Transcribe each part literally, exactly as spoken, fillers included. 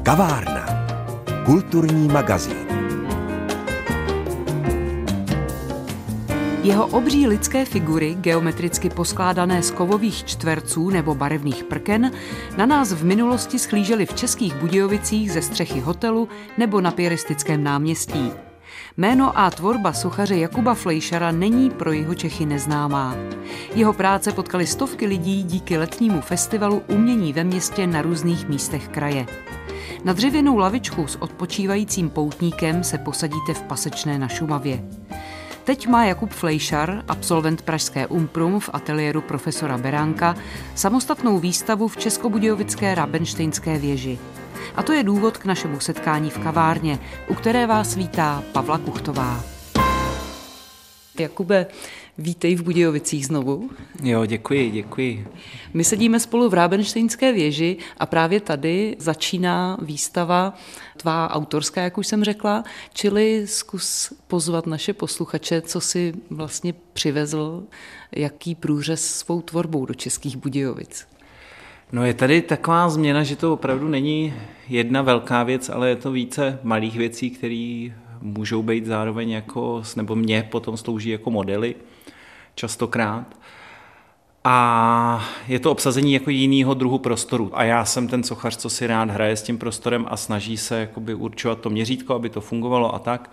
Kavárna. Kulturní magazín. Jeho obří lidské figury, geometricky poskládané z kovových čtverců nebo barevných prken, na nás v minulosti schlížely v Českých Budějovicích ze střechy hotelu nebo na Piaristickém náměstí. Jméno a tvorba sochaře Jakuba Fleischera není pro Jihočechy neznámá. Jeho práce potkaly stovky lidí díky letnímu festivalu umění ve městě na různých místech kraje. Na dřevěnou lavičku s odpočívajícím poutníkem se posadíte v Pasečné na Šumavě. Teď má Jakub Fleischer, absolvent pražské Umprum v ateliéru profesora Beránka, samostatnou výstavu v Českobudějovické Rabenštejnské věži. A to je důvod k našemu setkání v kavárně, u které vás vítá Pavla Kuchtová. Jakube, vítej v Budějovicích znovu. Jo, děkuji, děkuji. My sedíme spolu v Rabenštejnské věži a právě tady začíná výstava tvá autorská, jak už jsem řekla, čili zkus pozvat naše posluchače, co si vlastně přivezl, jaký průřez svou tvorbou do Českých Budějovic. No je tady taková změna, že to opravdu není jedna velká věc, ale je to více malých věcí, které můžou být zároveň jako, nebo mě potom slouží jako modely, častokrát. A je to obsazení jako jiného druhu prostoru. A já jsem ten sochař, co si rád hraje s tím prostorem a snaží se jakoby určovat to měřítko, aby to fungovalo a tak.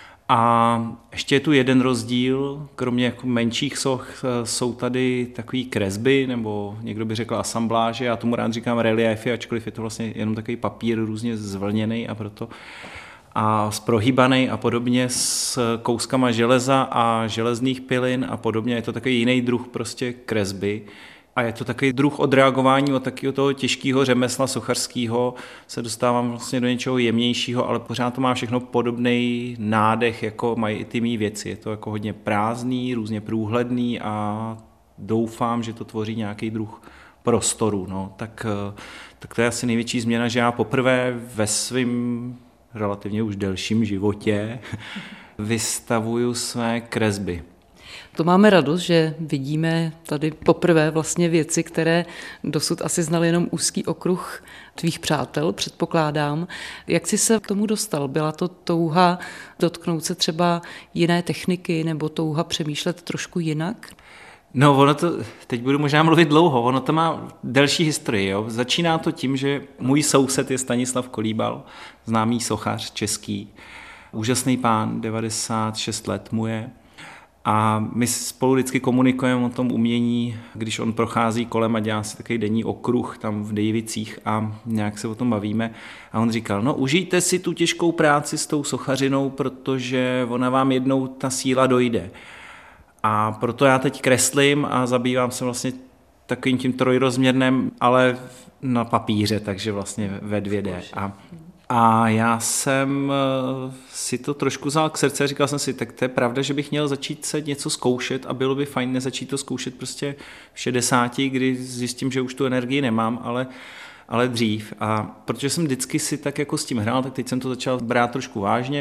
A ještě je tu jeden rozdíl, kromě jako menších soch jsou tady takový kresby, nebo někdo by řekl asambláže, já tomu rád říkám reliéfy, ačkoliv je to vlastně jenom takový papír různě zvlněný a proto a zprohýbaný a podobně s kouskama železa a železných pilin a podobně. Je to takový jiný druh prostě kresby. A je to takový druh odreagování od takového toho těžkého řemesla sochařského, se dostávám vlastně do něčeho jemnějšího, ale pořád to má všechno podobný nádech, jako mají i ty mý věci. Je to jako hodně prázdný, různě průhledný a doufám, že to tvoří nějaký druh prostoru. No. Tak, tak to je asi největší změna, že já poprvé ve svém relativně už delším životě vystavuju své kresby. To máme radost, že vidíme tady poprvé vlastně věci, které dosud asi znal jenom úzký okruh tvých přátel, předpokládám. Jak jsi se k tomu dostal? Byla to touha dotknout se třeba jiné techniky nebo touha přemýšlet trošku jinak? No, ono to, teď budu možná mluvit dlouho, ono to má delší historii. Jo? Začíná to tím, že můj soused je Stanislav Kolíbal, známý sochař český, úžasný pán, devadesát šest let mu je. A my spolu vždycky komunikujeme o tom umění, když on prochází kolem a dělá si takový denní okruh tam v Dejvicích a nějak se o tom bavíme. A on říkal, no užijte si tu těžkou práci s tou sochařinou, protože ona vám jednou ta síla dojde. A proto já teď kreslím a zabývám se vlastně takovým tím trojrozměrným, ale na papíře, takže vlastně ve dvě dé. A A já jsem si to trošku vzal k srdci a říkal jsem si, tak to je pravda, že bych měl začít se něco zkoušet a bylo by fajn nezačít to zkoušet prostě v šedesáti, kdy zjistím, že už tu energii nemám, ale, ale dřív. A protože jsem vždycky si tak jako s tím hrál, tak teď jsem to začal brát trošku vážně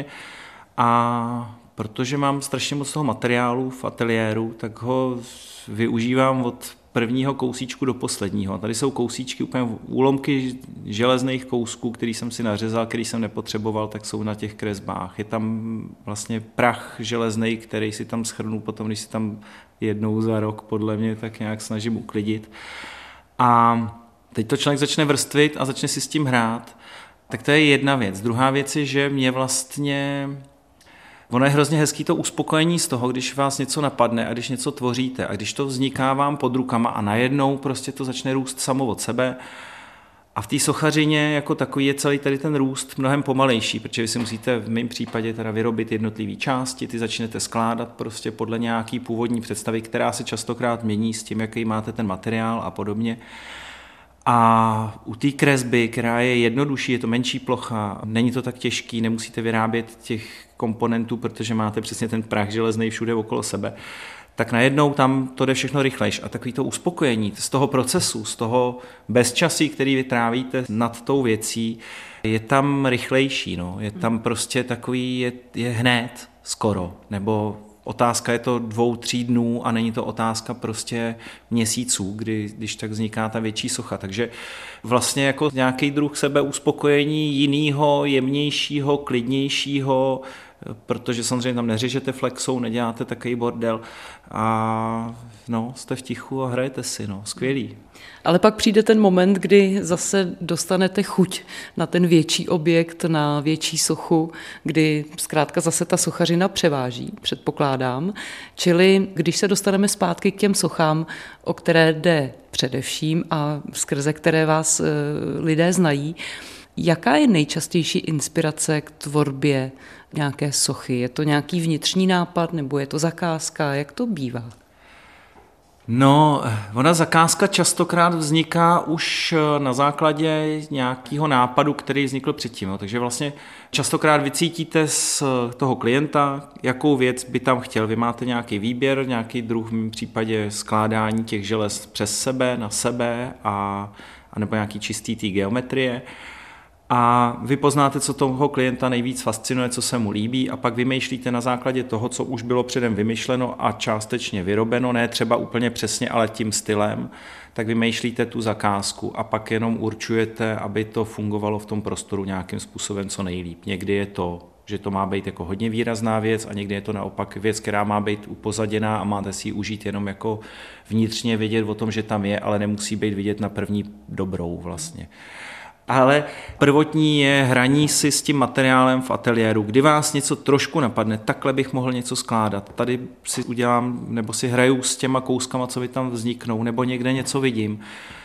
a protože mám strašně moc toho materiálu v ateliéru, tak ho využívám od prvního kousíčku do posledního. Tady jsou kousíčky, úplně úlomky železných kousků, který jsem si nařezal, který jsem nepotřeboval, tak jsou na těch kresbách. Je tam vlastně prach železný, který si tam shrnu potom, když si tam jednou za rok podle mě tak nějak snažím uklidit. A teď to člověk začne vrstvit a začne si s tím hrát. Tak to je jedna věc. Druhá věc je, že mě vlastně ono je hrozně hezký to uspokojení z toho, když vás něco napadne a když něco tvoříte a když to vzniká vám pod rukama a najednou prostě to začne růst samo od sebe. A v té sochařině jako takový je celý tady ten růst mnohem pomalejší, protože vy si musíte v mém případě teda vyrobit jednotlivé části, ty začnete skládat prostě podle nějaký původní představy, která se častokrát mění s tím, jaký máte ten materiál a podobně. A u té kresby, která je jednodušší, je to menší plocha, není to tak těžký, nemusíte vyrábět těch komponentů, protože máte přesně ten prach železný všude okolo sebe, tak najednou tam to jde všechno rychlejš. A takový to uspokojení z toho procesu, z toho bezčasí, který vytrávíte nad tou věcí, je tam rychlejší. No. Je tam prostě takový, je, je hned skoro, nebo otázka je to dvou, tří dnů a není to otázka prostě měsíců, kdy, když tak vzniká ta větší socha. Takže vlastně jako nějaký druh sebeuspokojení jinýho, jemnějšího, klidnějšího, protože samozřejmě tam neřežete flexou, neděláte takový bordel a no, jste v tichu a hrajete si, no, skvělý. Ale pak přijde ten moment, kdy zase dostanete chuť na ten větší objekt, na větší sochu, kdy zkrátka zase ta sochařina převáží, předpokládám. Čili když se dostaneme zpátky k těm sochám, o které jde především a skrze které vás lidé znají, jaká je nejčastější inspirace k tvorbě nějaké sochy? Je to nějaký vnitřní nápad nebo je to zakázka? Jak to bývá? No, ona zakázka častokrát vzniká už na základě nějakého nápadu, který vznikl předtím. No. Takže vlastně častokrát vycítíte z toho klienta, jakou věc by tam chtěl. Vy máte nějaký výběr, nějaký druh v mém případě skládání těch želez přes sebe, na sebe a, a nebo nějaký čistý té geometrie. A vy poznáte, co toho klienta nejvíc fascinuje, co se mu líbí a pak vymýšlíte na základě toho, co už bylo předem vymyšleno a částečně vyrobeno, ne třeba úplně přesně, ale tím stylem, tak vymýšlíte tu zakázku a pak jenom určujete, aby to fungovalo v tom prostoru nějakým způsobem co nejlíp. Někdy je to, že to má být jako hodně výrazná věc a někdy je to naopak věc, která má být upozaděná a máte si ji užít jenom jako vnitřně vědět o tom, že tam je, ale nemusí být vidět na první dobrou vlastně. Ale prvotní je hraní si s tím materiálem v ateliéru, kdy vás něco trošku napadne, takhle bych mohl něco skládat, tady si udělám, nebo si hraju s těma kouskama, co by tam vzniknou, nebo někde něco vidím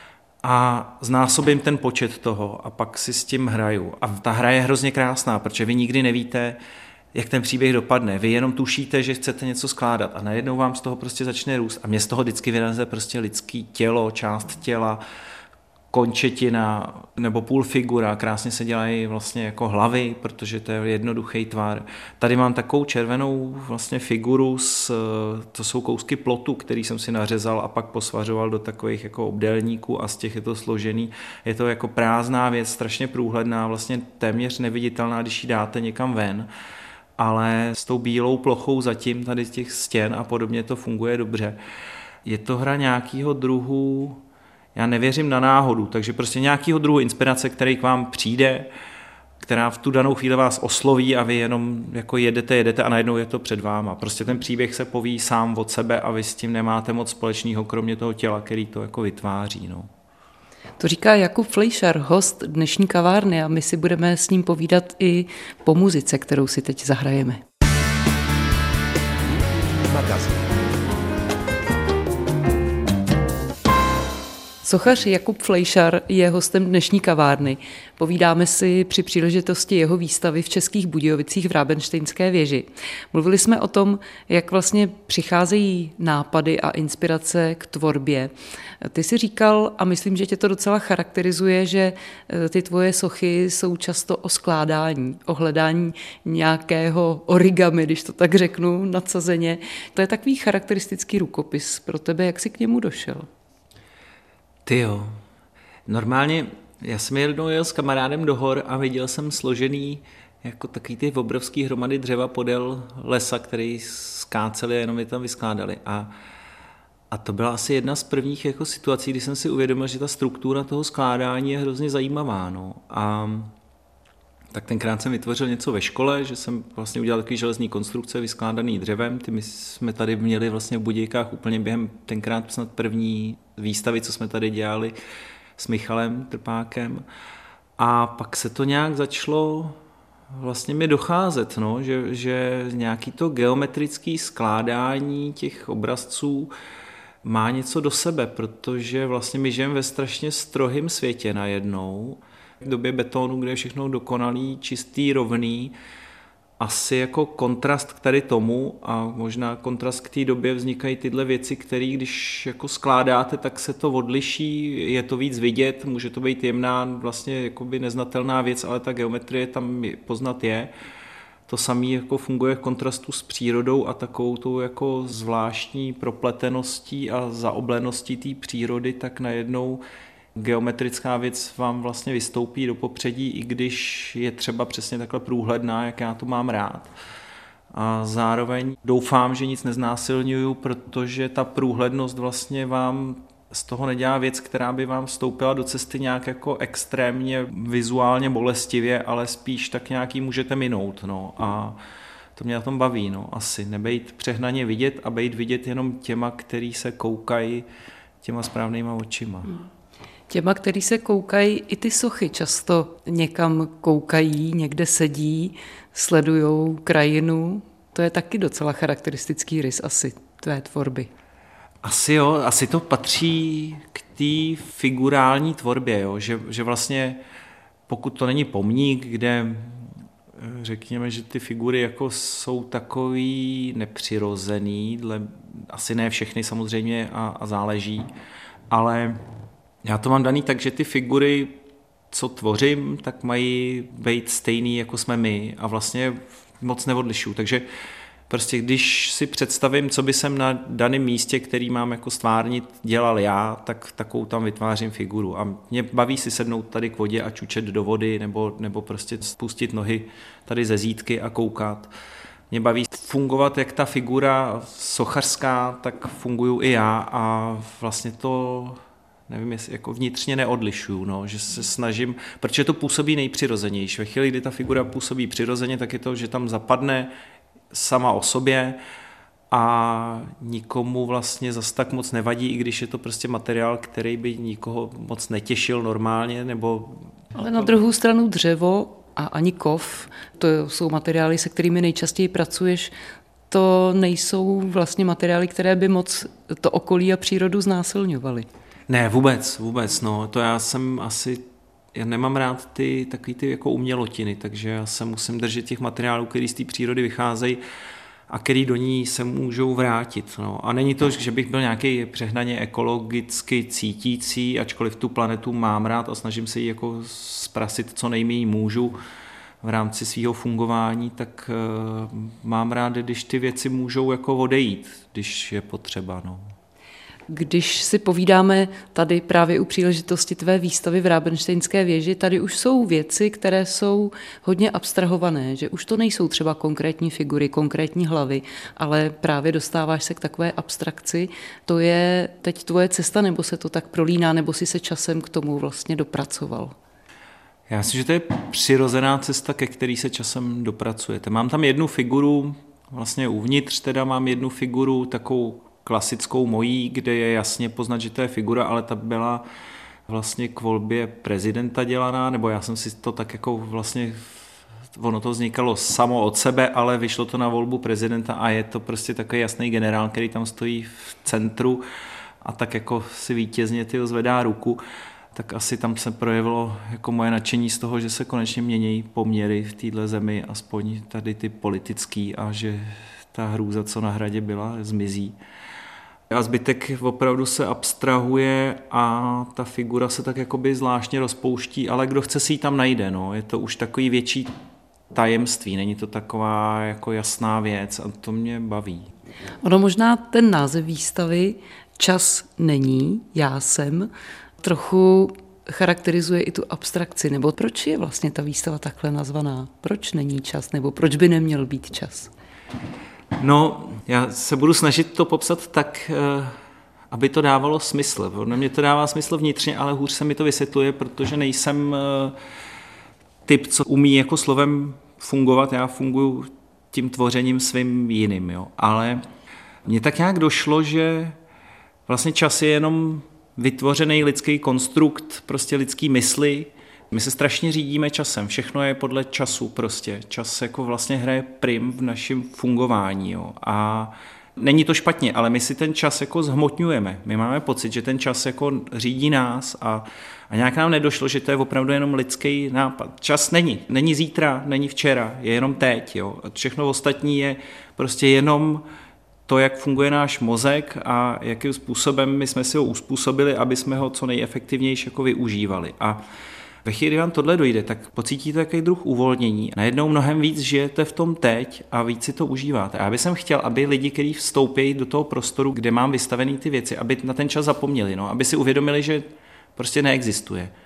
a znásobím ten počet toho a pak si s tím hraju. A ta hra je hrozně krásná, protože vy nikdy nevíte, jak ten příběh dopadne. Vy jenom tušíte, že chcete něco skládat a najednou vám z toho prostě začne růst a mě z toho vždycky vyleze prostě lidský tělo, část těla, končetina nebo půlfigura, krásně se dělají vlastně jako hlavy, protože to je jednoduchý tvar. Tady mám takovou červenou vlastně figuru, s, to jsou kousky plotu, který jsem si nařezal a pak posvařoval do takových jako obdélníků a z těch je to složený. Je to jako prázdná věc, strašně průhledná, vlastně téměř neviditelná, když ji dáte někam ven, ale s tou bílou plochou zatím tady z těch stěn a podobně to funguje dobře. Je to hra nějakého druhu. Já nevěřím na náhodu, takže prostě nějakýho druhu inspirace, který k vám přijde, která v tu danou chvíli vás osloví a vy jenom jako jedete, jedete a najednou je to před váma. Prostě ten příběh se poví sám od sebe a vy s tím nemáte moc společného, kromě toho těla, který to jako vytváří. No. To říká Jakub Fleischer, host dnešní kavárny a my si budeme s ním povídat i po muzice, kterou si teď zahrajeme. Magazín. Sochař Jakub Fleischer je hostem dnešní kavárny. Povídáme si při příležitosti jeho výstavy v Českých Budějovicích v Rabenštejnské věži. Mluvili jsme o tom, jak vlastně přicházejí nápady a inspirace k tvorbě. Ty jsi říkal, a myslím, že tě to docela charakterizuje, že ty tvoje sochy jsou často o skládání, o hledání nějakého origami, když to tak řeknu, nadsazeně. To je takový charakteristický rukopis pro tebe, jak jsi k němu došel? Ty jo. Normálně já jsem jednou jel s kamarádem do hor a viděl jsem složený jako takový ty obrovský hromady dřeva podél lesa, který skáceli a jenom je tam vyskládali. A, a to byla asi jedna z prvních jako situací, kdy jsem si uvědomil, že ta struktura toho skládání je hrozně zajímavá. No. A tak tenkrát jsem vytvořil něco ve škole, že jsem vlastně udělal takový železný konstrukce vyskládaný dřevem. Ty my jsme tady měli vlastně v Budějkách úplně během tenkrát snad první výstavy, co jsme tady dělali s Michalem Trpákem. A pak se to nějak začalo vlastně mi docházet, no, že, že nějaký to geometrické skládání těch obrazců má něco do sebe, protože vlastně my žijeme ve strašně strohém světě najednou. V době betonu, kde je všechno dokonalý, čistý, rovný, asi jako kontrast k tady tomu a možná kontrast k té době vznikají tyhle věci, které když jako skládáte, tak se to odliší, je to víc vidět, může to být jemná, vlastně jakoby neznatelná věc, ale ta geometrie tam poznat je. To samé jako funguje v kontrastu s přírodou a takovou tou jako zvláštní propleteností a zaobleností té přírody, tak najednou geometrická věc vám vlastně vystoupí do popředí, i když je třeba přesně takhle průhledná, jak já to mám rád. a zároveň doufám, že nic neznásilňuju, protože ta průhlednost vlastně vám z toho nedělá věc, která by vám vstoupila do cesty nějak jako extrémně vizuálně bolestivě, ale spíš tak nějaký můžete minout. No. A to mě na tom baví, no, asi. Nebejt přehnaně vidět a bejt vidět jenom těma, který se koukají těma správnýma očima. Těma, který se koukají, i ty sochy často někam koukají, někde sedí, sledujou krajinu. To je taky docela charakteristický rys asi tvé tvorby. Asi jo, asi to patří k té figurální tvorbě, jo, že, že vlastně pokud to není pomník, kde řekněme, že ty figury jako jsou takový nepřirozený, dle, asi ne všechny samozřejmě a, a záleží, ale já to mám daný tak, že ty figury, co tvořím, tak mají být stejný, jako jsme my a vlastně moc neodlišuju, takže prostě když si představím, co by jsem na daném místě, který mám jako stvárnit, dělal já, tak takovou tam vytvářím figuru. A mě baví si sednout tady k vodě a čučet do vody, nebo, nebo prostě spustit nohy tady ze zítky a koukat. Mě baví fungovat jak ta figura sochařská, tak funguju i já a vlastně to, nevím, jestli jako vnitřně neodlišuju, no, že se snažím, protože to působí nejpřirozenější. Ve chvíli, kdy ta figura působí přirozeně, tak je to, že tam zapadne sama o sobě a nikomu vlastně zas tak moc nevadí, i když je to prostě materiál, který by nikoho moc netěšil normálně, nebo... Ale na druhou stranu dřevo a ani kov, to jsou materiály, se kterými nejčastěji pracuješ, to nejsou vlastně materiály, které by moc to okolí a přírodu znásilňovaly. Ne, vůbec, vůbec, no, to já jsem asi... Já nemám rád ty takový ty jako umělotiny, takže já se musím držet těch materiálů, který z té přírody vycházejí a který do ní se můžou vrátit. No. A není to, že bych byl nějaký přehnaně ekologicky cítící, ačkoliv tu planetu mám rád a snažím se ji jako zprasit co nejméně můžu v rámci svého fungování, tak uh, mám rád, když ty věci můžou jako odejít, když je potřeba. No. Když si povídáme tady právě u příležitosti tvé výstavy v Rabenštejnské věži, tady už jsou věci, které jsou hodně abstrahované, že už to nejsou třeba konkrétní figury, konkrétní hlavy, ale právě dostáváš se k takové abstrakci. To je teď tvoje cesta, nebo se to tak prolíná, nebo si se časem k tomu vlastně dopracoval? Já myslím, že to je přirozená cesta, ke který se časem dopracujete. Mám tam jednu figuru, vlastně uvnitř teda mám jednu figuru takovou klasickou mojí, kde je jasně poznat, že to je figura, ale ta byla vlastně k volbě prezidenta dělaná, nebo já jsem si to tak jako vlastně, ono to vznikalo samo od sebe, ale vyšlo to na volbu prezidenta a je to prostě takový jasný generál, který tam stojí v centru a tak jako si vítězně tyho zvedá ruku, tak asi tam se projevilo jako moje nadšení z toho, že se konečně mění poměry v této zemi, aspoň tady ty politický a že ta hrůza, co na hradě byla, zmizí. A zbytek opravdu se abstrahuje a ta figura se tak jakoby zvláštně rozpouští, ale kdo chce si ji tam najde, no. Je to už takový větší tajemství, není to taková jako jasná věc a to mě baví. Ono možná ten název výstavy Čas není, já jsem, trochu charakterizuje i tu abstrakci, nebo proč je vlastně ta výstava takhle nazvaná? Proč není čas, nebo proč by neměl být čas? No, já se budu snažit to popsat tak, aby to dávalo smysl. Podle mě to dává smysl vnitřně, ale hůř se mi to vysvětluje, protože nejsem typ, co umí jako slovem fungovat. Já funguji tím tvořením svým jiným, jo. Ale mně tak nějak došlo, že vlastně čas je jenom vytvořený lidský konstrukt, prostě lidský mysli. My se strašně řídíme časem, všechno je podle času prostě. Čas jako vlastně hraje prim v našem fungování. Jo. A není to špatně, ale my si ten čas jako zhmotňujeme. My máme pocit, že ten čas jako řídí nás a, a nějak nám nedošlo, že to je opravdu jenom lidský nápad. Čas není. Není zítra, není včera, je jenom teď. Jo. A všechno ostatní je prostě jenom to, jak funguje náš mozek a jakým způsobem my jsme si ho uspůsobili, aby jsme ho co nejefektivnější jako využívali. A ve chvíli, kdy vám tohle dojde, tak pocítíte takový druh uvolnění. Najednou mnohem víc žijete v tom teď a víc si to užíváte. A já bych chtěl, aby lidi, kteří vstoupí do toho prostoru, kde mám vystavený ty věci, aby na ten čas zapomněli, no, aby si uvědomili, že prostě neexistuje.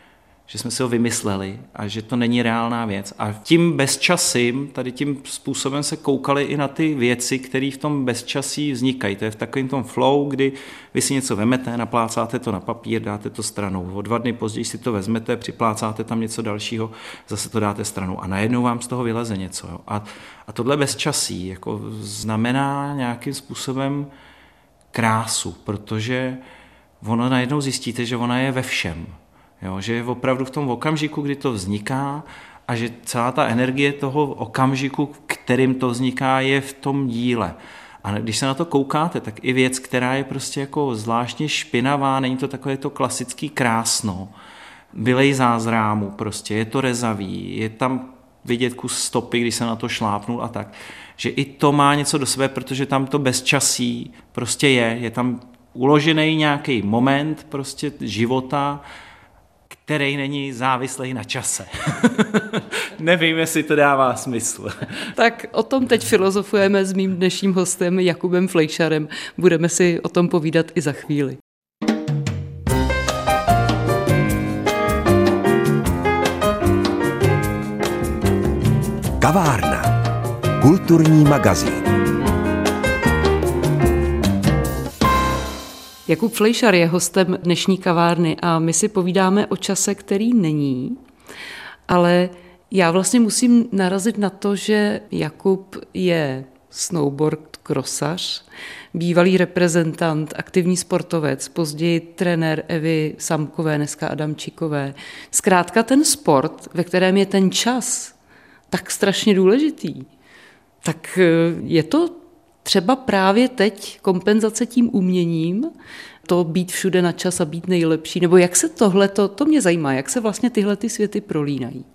že jsme si ho vymysleli a že to není reálná věc. A tím bezčasím, tady tím způsobem se koukali i na ty věci, které v tom bezčasí vznikají. To je v takovém tom flow, kdy vy si něco vemete, naplácáte to na papír, dáte to stranou. O dva dny později si to vezmete, připlácáte tam něco dalšího, zase to dáte stranou a najednou vám z toho vyleze něco. Jo. A, a tohle bezčasí jako znamená nějakým způsobem krásu, protože ono najednou zjistíte, že ona je ve všem. Jo, že je opravdu v tom okamžiku, kdy to vzniká a že celá ta energie toho okamžiku, kterým to vzniká, je v tom díle. A když se na to koukáte, tak i věc, která je prostě jako zvláštně špinavá, není to takové to klasický krásno, bylej zázrámu prostě, je to rezavý, je tam vidět kus stopy, když se na to šlápnul a tak, že i to má něco do sebe, protože tam to bezčasí prostě je, je tam uložený nějaký moment prostě života, který není závislý na čase. Nevím, jestli to dává smysl. Tak o tom teď filozofujeme s mým dnešním hostem Jakubem Flejšarem. Budeme si o tom povídat i za chvíli. Kavárna. Kulturní magazín. Jakub Flejšar je hostem dnešní kavárny a my si povídáme o čase, který není, ale já vlastně musím narazit na to, že Jakub je snowboard crossař, bývalý reprezentant, aktivní sportovec, později trenér Evy Samkové, dneska Adamčíkové. Zkrátka ten sport, ve kterém je ten čas tak strašně důležitý, tak je to třeba právě teď kompenzace tím uměním, to být všude na čas a být nejlepší, nebo jak se tohle, to, to mě zajímá, jak se vlastně tyhle ty světy prolínají?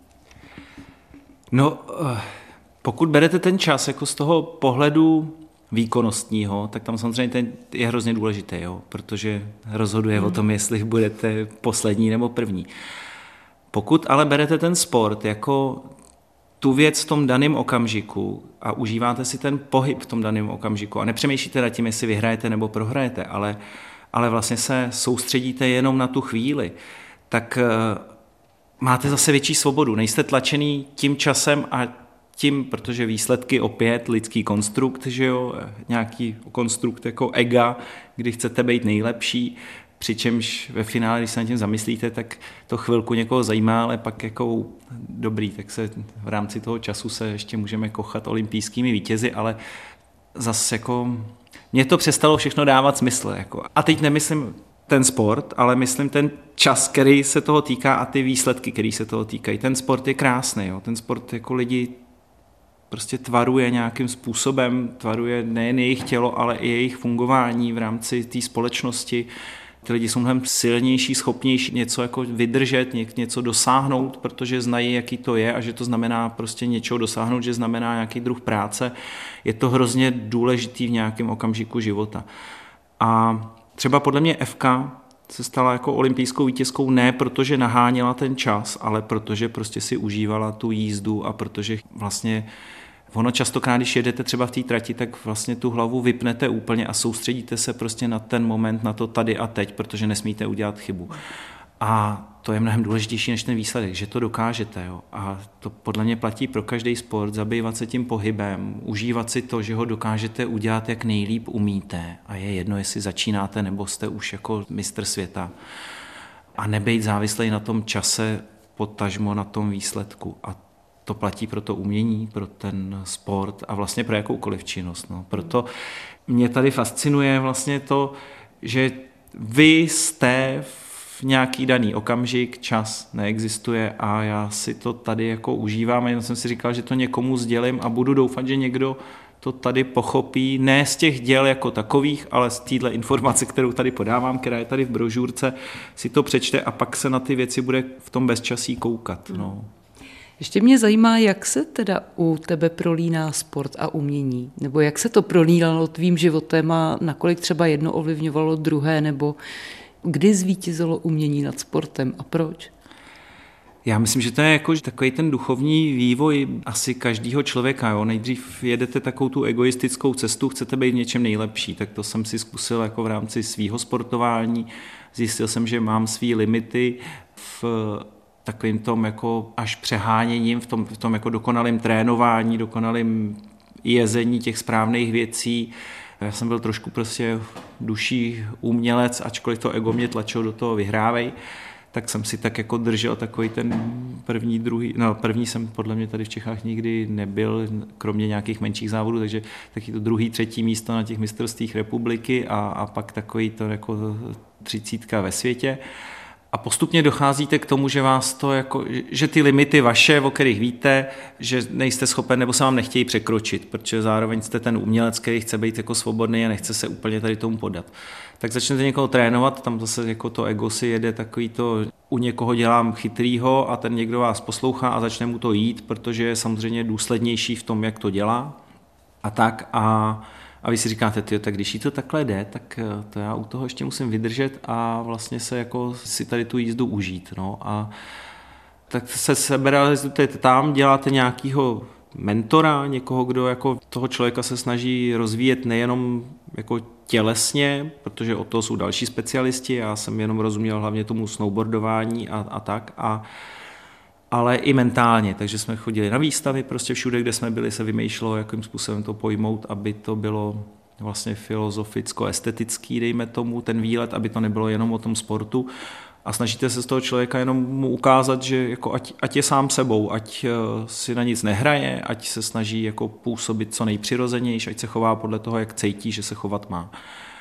No, pokud berete ten čas jako z toho pohledu výkonnostního, tak tam samozřejmě ten je hrozně důležitý, jo? Protože rozhoduje hmm. o tom, jestli budete poslední nebo první. Pokud ale berete ten sport jako tu věc v tom daném okamžiku a užíváte si ten pohyb v tom daném okamžiku a nepřemýšlíte nad tím, jestli vyhrajete nebo prohrajete, ale, ale vlastně se soustředíte jenom na tu chvíli, tak uh, máte zase větší svobodu. Nejste tlačený tím časem a tím, protože výsledky opět lidský konstrukt, že jo, nějaký konstrukt jako ega, kdy chcete být nejlepší, přičemž ve finále, když se nad tím zamyslíte, tak to chvilku někoho zajímá, ale pak jako dobrý, tak se v rámci toho času se ještě můžeme kochat olympijskými vítězi, ale zase jako mně to přestalo všechno dávat smysl. Jako. A teď nemyslím ten sport, ale myslím ten čas, který se toho týká a ty výsledky, který se toho týkají. Ten sport je krásný, jo. Ten sport jako lidi prostě tvaruje nějakým způsobem, tvaruje nejen jejich tělo, ale i jejich fungování v rámci té společnosti. Ty lidi jsou mnohem silnější, schopnější něco jako vydržet, něco dosáhnout, protože znají, jaký to je a že to znamená prostě něčeho dosáhnout, že znamená nějaký druh práce. Je to hrozně důležitý v nějakém okamžiku života. A třeba podle mě Evka se stala jako olympijskou vítězkou ne protože naháněla ten čas, ale protože prostě si užívala tu jízdu a protože vlastně ono častokrát, když jedete třeba v té trati, tak vlastně tu hlavu vypnete úplně a soustředíte se prostě na ten moment, na to tady a teď, protože nesmíte udělat chybu. A to je mnohem důležitější než ten výsledek, že to dokážete. Jo? A to podle mě platí pro každý sport, zabývat se tím pohybem, užívat si to, že ho dokážete udělat, jak nejlíp umíte. A je jedno, jestli začínáte, nebo jste už jako mistr světa. A nebejt závislý na tom čase, potažmo na tom výsledku. A to platí pro to umění, pro ten sport a vlastně pro jakoukoliv činnost. No. Proto mě tady fascinuje vlastně to, že vy jste v nějaký daný okamžik, čas neexistuje a já si to tady jako užívám. Jenom jsem si říkal, že to někomu sdělím a budu doufat, že někdo to tady pochopí, ne z těch děl jako takových, ale z téhle informace, kterou tady podávám, která je tady v brožurce, si to přečte a pak se na ty věci bude v tom bezčasí koukat. No. Ještě mě zajímá, jak se teda u tebe prolíná sport a umění, nebo jak se to prolínalo tvým životem a nakolik třeba jedno ovlivňovalo druhé, nebo kdy zvítězilo umění nad sportem a proč? Já myslím, že to je jako takový ten duchovní vývoj asi každého člověka. Jo? Nejdřív jedete takovou tu egoistickou cestu, chcete být v něčem nejlepší, tak to jsem si zkusil jako v rámci svýho sportování. Zjistil jsem, že mám svý limity v takovým tom jako až přeháněním, v tom, v tom jako dokonalém trénování, dokonalém jezení těch správných věcí. Já jsem byl trošku prostě duší umělec, ačkoliv to ego mě tlačilo do toho vyhrávej, tak jsem si tak jako držel takový ten první, druhý, no první jsem podle mě tady v Čechách nikdy nebyl, kromě nějakých menších závodů, takže taky to druhý, třetí místo na těch mistrovstvích republiky a, a pak takový to jako třicítka ve světě. A postupně docházíte k tomu, že vás to jako, že ty limity vaše, o kterých víte, že nejste schopen nebo se vám nechtějí překročit, protože zároveň jste ten umělec, který chce být jako svobodný a nechce se úplně tady tomu podat. Tak začnete někoho trénovat, tam zase jako to ego si jede takový to, u někoho dělám chytrýho a ten někdo vás poslouchá a začne mu to jít, protože je samozřejmě důslednější v tom, jak to dělá a tak a A vy si říkáte, tyjo, tak když jí to takhle jde, tak to já u toho ještě musím vydržet a vlastně se jako si tady tu jízdu užít. No. A tak se seberealizujete tam, děláte nějakýho mentora, někoho, kdo jako toho člověka se snaží rozvíjet nejenom jako tělesně, protože o to jsou další specialisti, já jsem jenom rozuměl hlavně tomu snowboardování a, a tak, a ale i mentálně, takže jsme chodili na výstavy, prostě všude, kde jsme byli, se vymýšlelo, jakým způsobem to pojmout, aby to bylo vlastně filozoficko-estetický, dejme tomu, ten výlet, aby to nebylo jenom o tom sportu a snažíte se z toho člověka jenom mu ukázat, že jako ať, ať je sám sebou, ať si na nic nehraje, ať se snaží jako působit co nejpřirozenější, ať se chová podle toho, jak cítí, že se chovat má.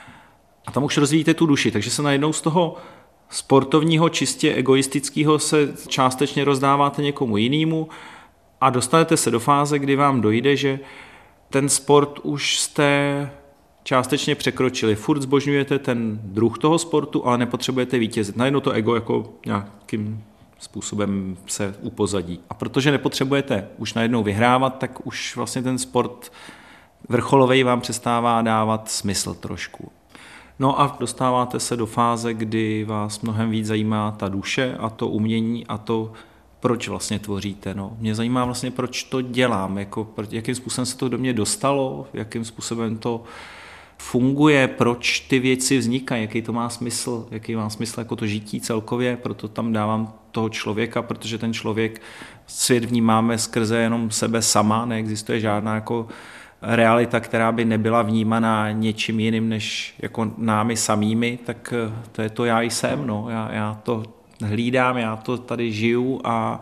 A tam už rozvíjíte tu duši, takže se najednou z toho sportovního, čistě egoistického se částečně rozdáváte někomu jinému a dostanete se do fáze, kdy vám dojde, že ten sport už jste částečně překročili. Furt zbožňujete ten druh toho sportu, ale nepotřebujete vítězit. Najednou to ego jako nějakým způsobem se upozadí. A protože nepotřebujete už najednou vyhrávat, tak už vlastně ten sport vrcholovej vám přestává dávat smysl trošku. No a dostáváte se do fáze, kdy vás mnohem víc zajímá ta duše a to umění a to, proč vlastně tvoříte. No. Mě zajímá vlastně, proč to dělám, jako, jakým způsobem se to do mě dostalo, jakým způsobem to funguje, proč ty věci vznikají, jaký to má smysl, jaký má smysl jako to žití celkově, proto tam dávám toho člověka, protože ten člověk, svět vnímáme skrze jenom sebe sama, neexistuje žádná jako realita, která by nebyla vnímaná něčím jiným než jako námi samými, tak to je to já jsem, no. já, já to hlídám, já to tady žiju a,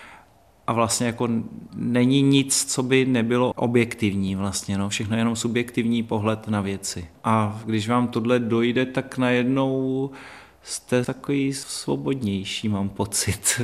a vlastně jako není nic, co by nebylo objektivní vlastně, no. Všechno je jenom subjektivní pohled na věci. A když vám tohle dojde, tak najednou jste takový svobodnější, mám pocit.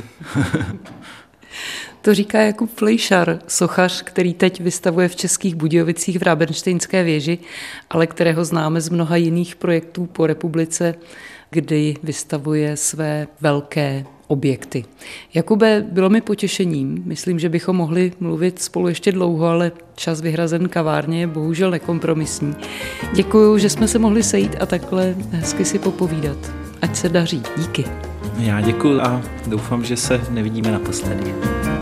To říká Jakub Flejšar, sochař, který teď vystavuje v Českých Budějovicích v Rabenštejnské věži, ale kterého známe z mnoha jiných projektů po republice, kdy vystavuje své velké objekty. Jakube, bylo mi potěšením. Myslím, že bychom mohli mluvit spolu ještě dlouho, ale čas vyhrazen kavárně je bohužel nekompromisní. Děkuju, že jsme se mohli sejít a takhle hezky si popovídat. Ať se daří. Díky. Já děkuju a doufám, že se nevidíme naposledy.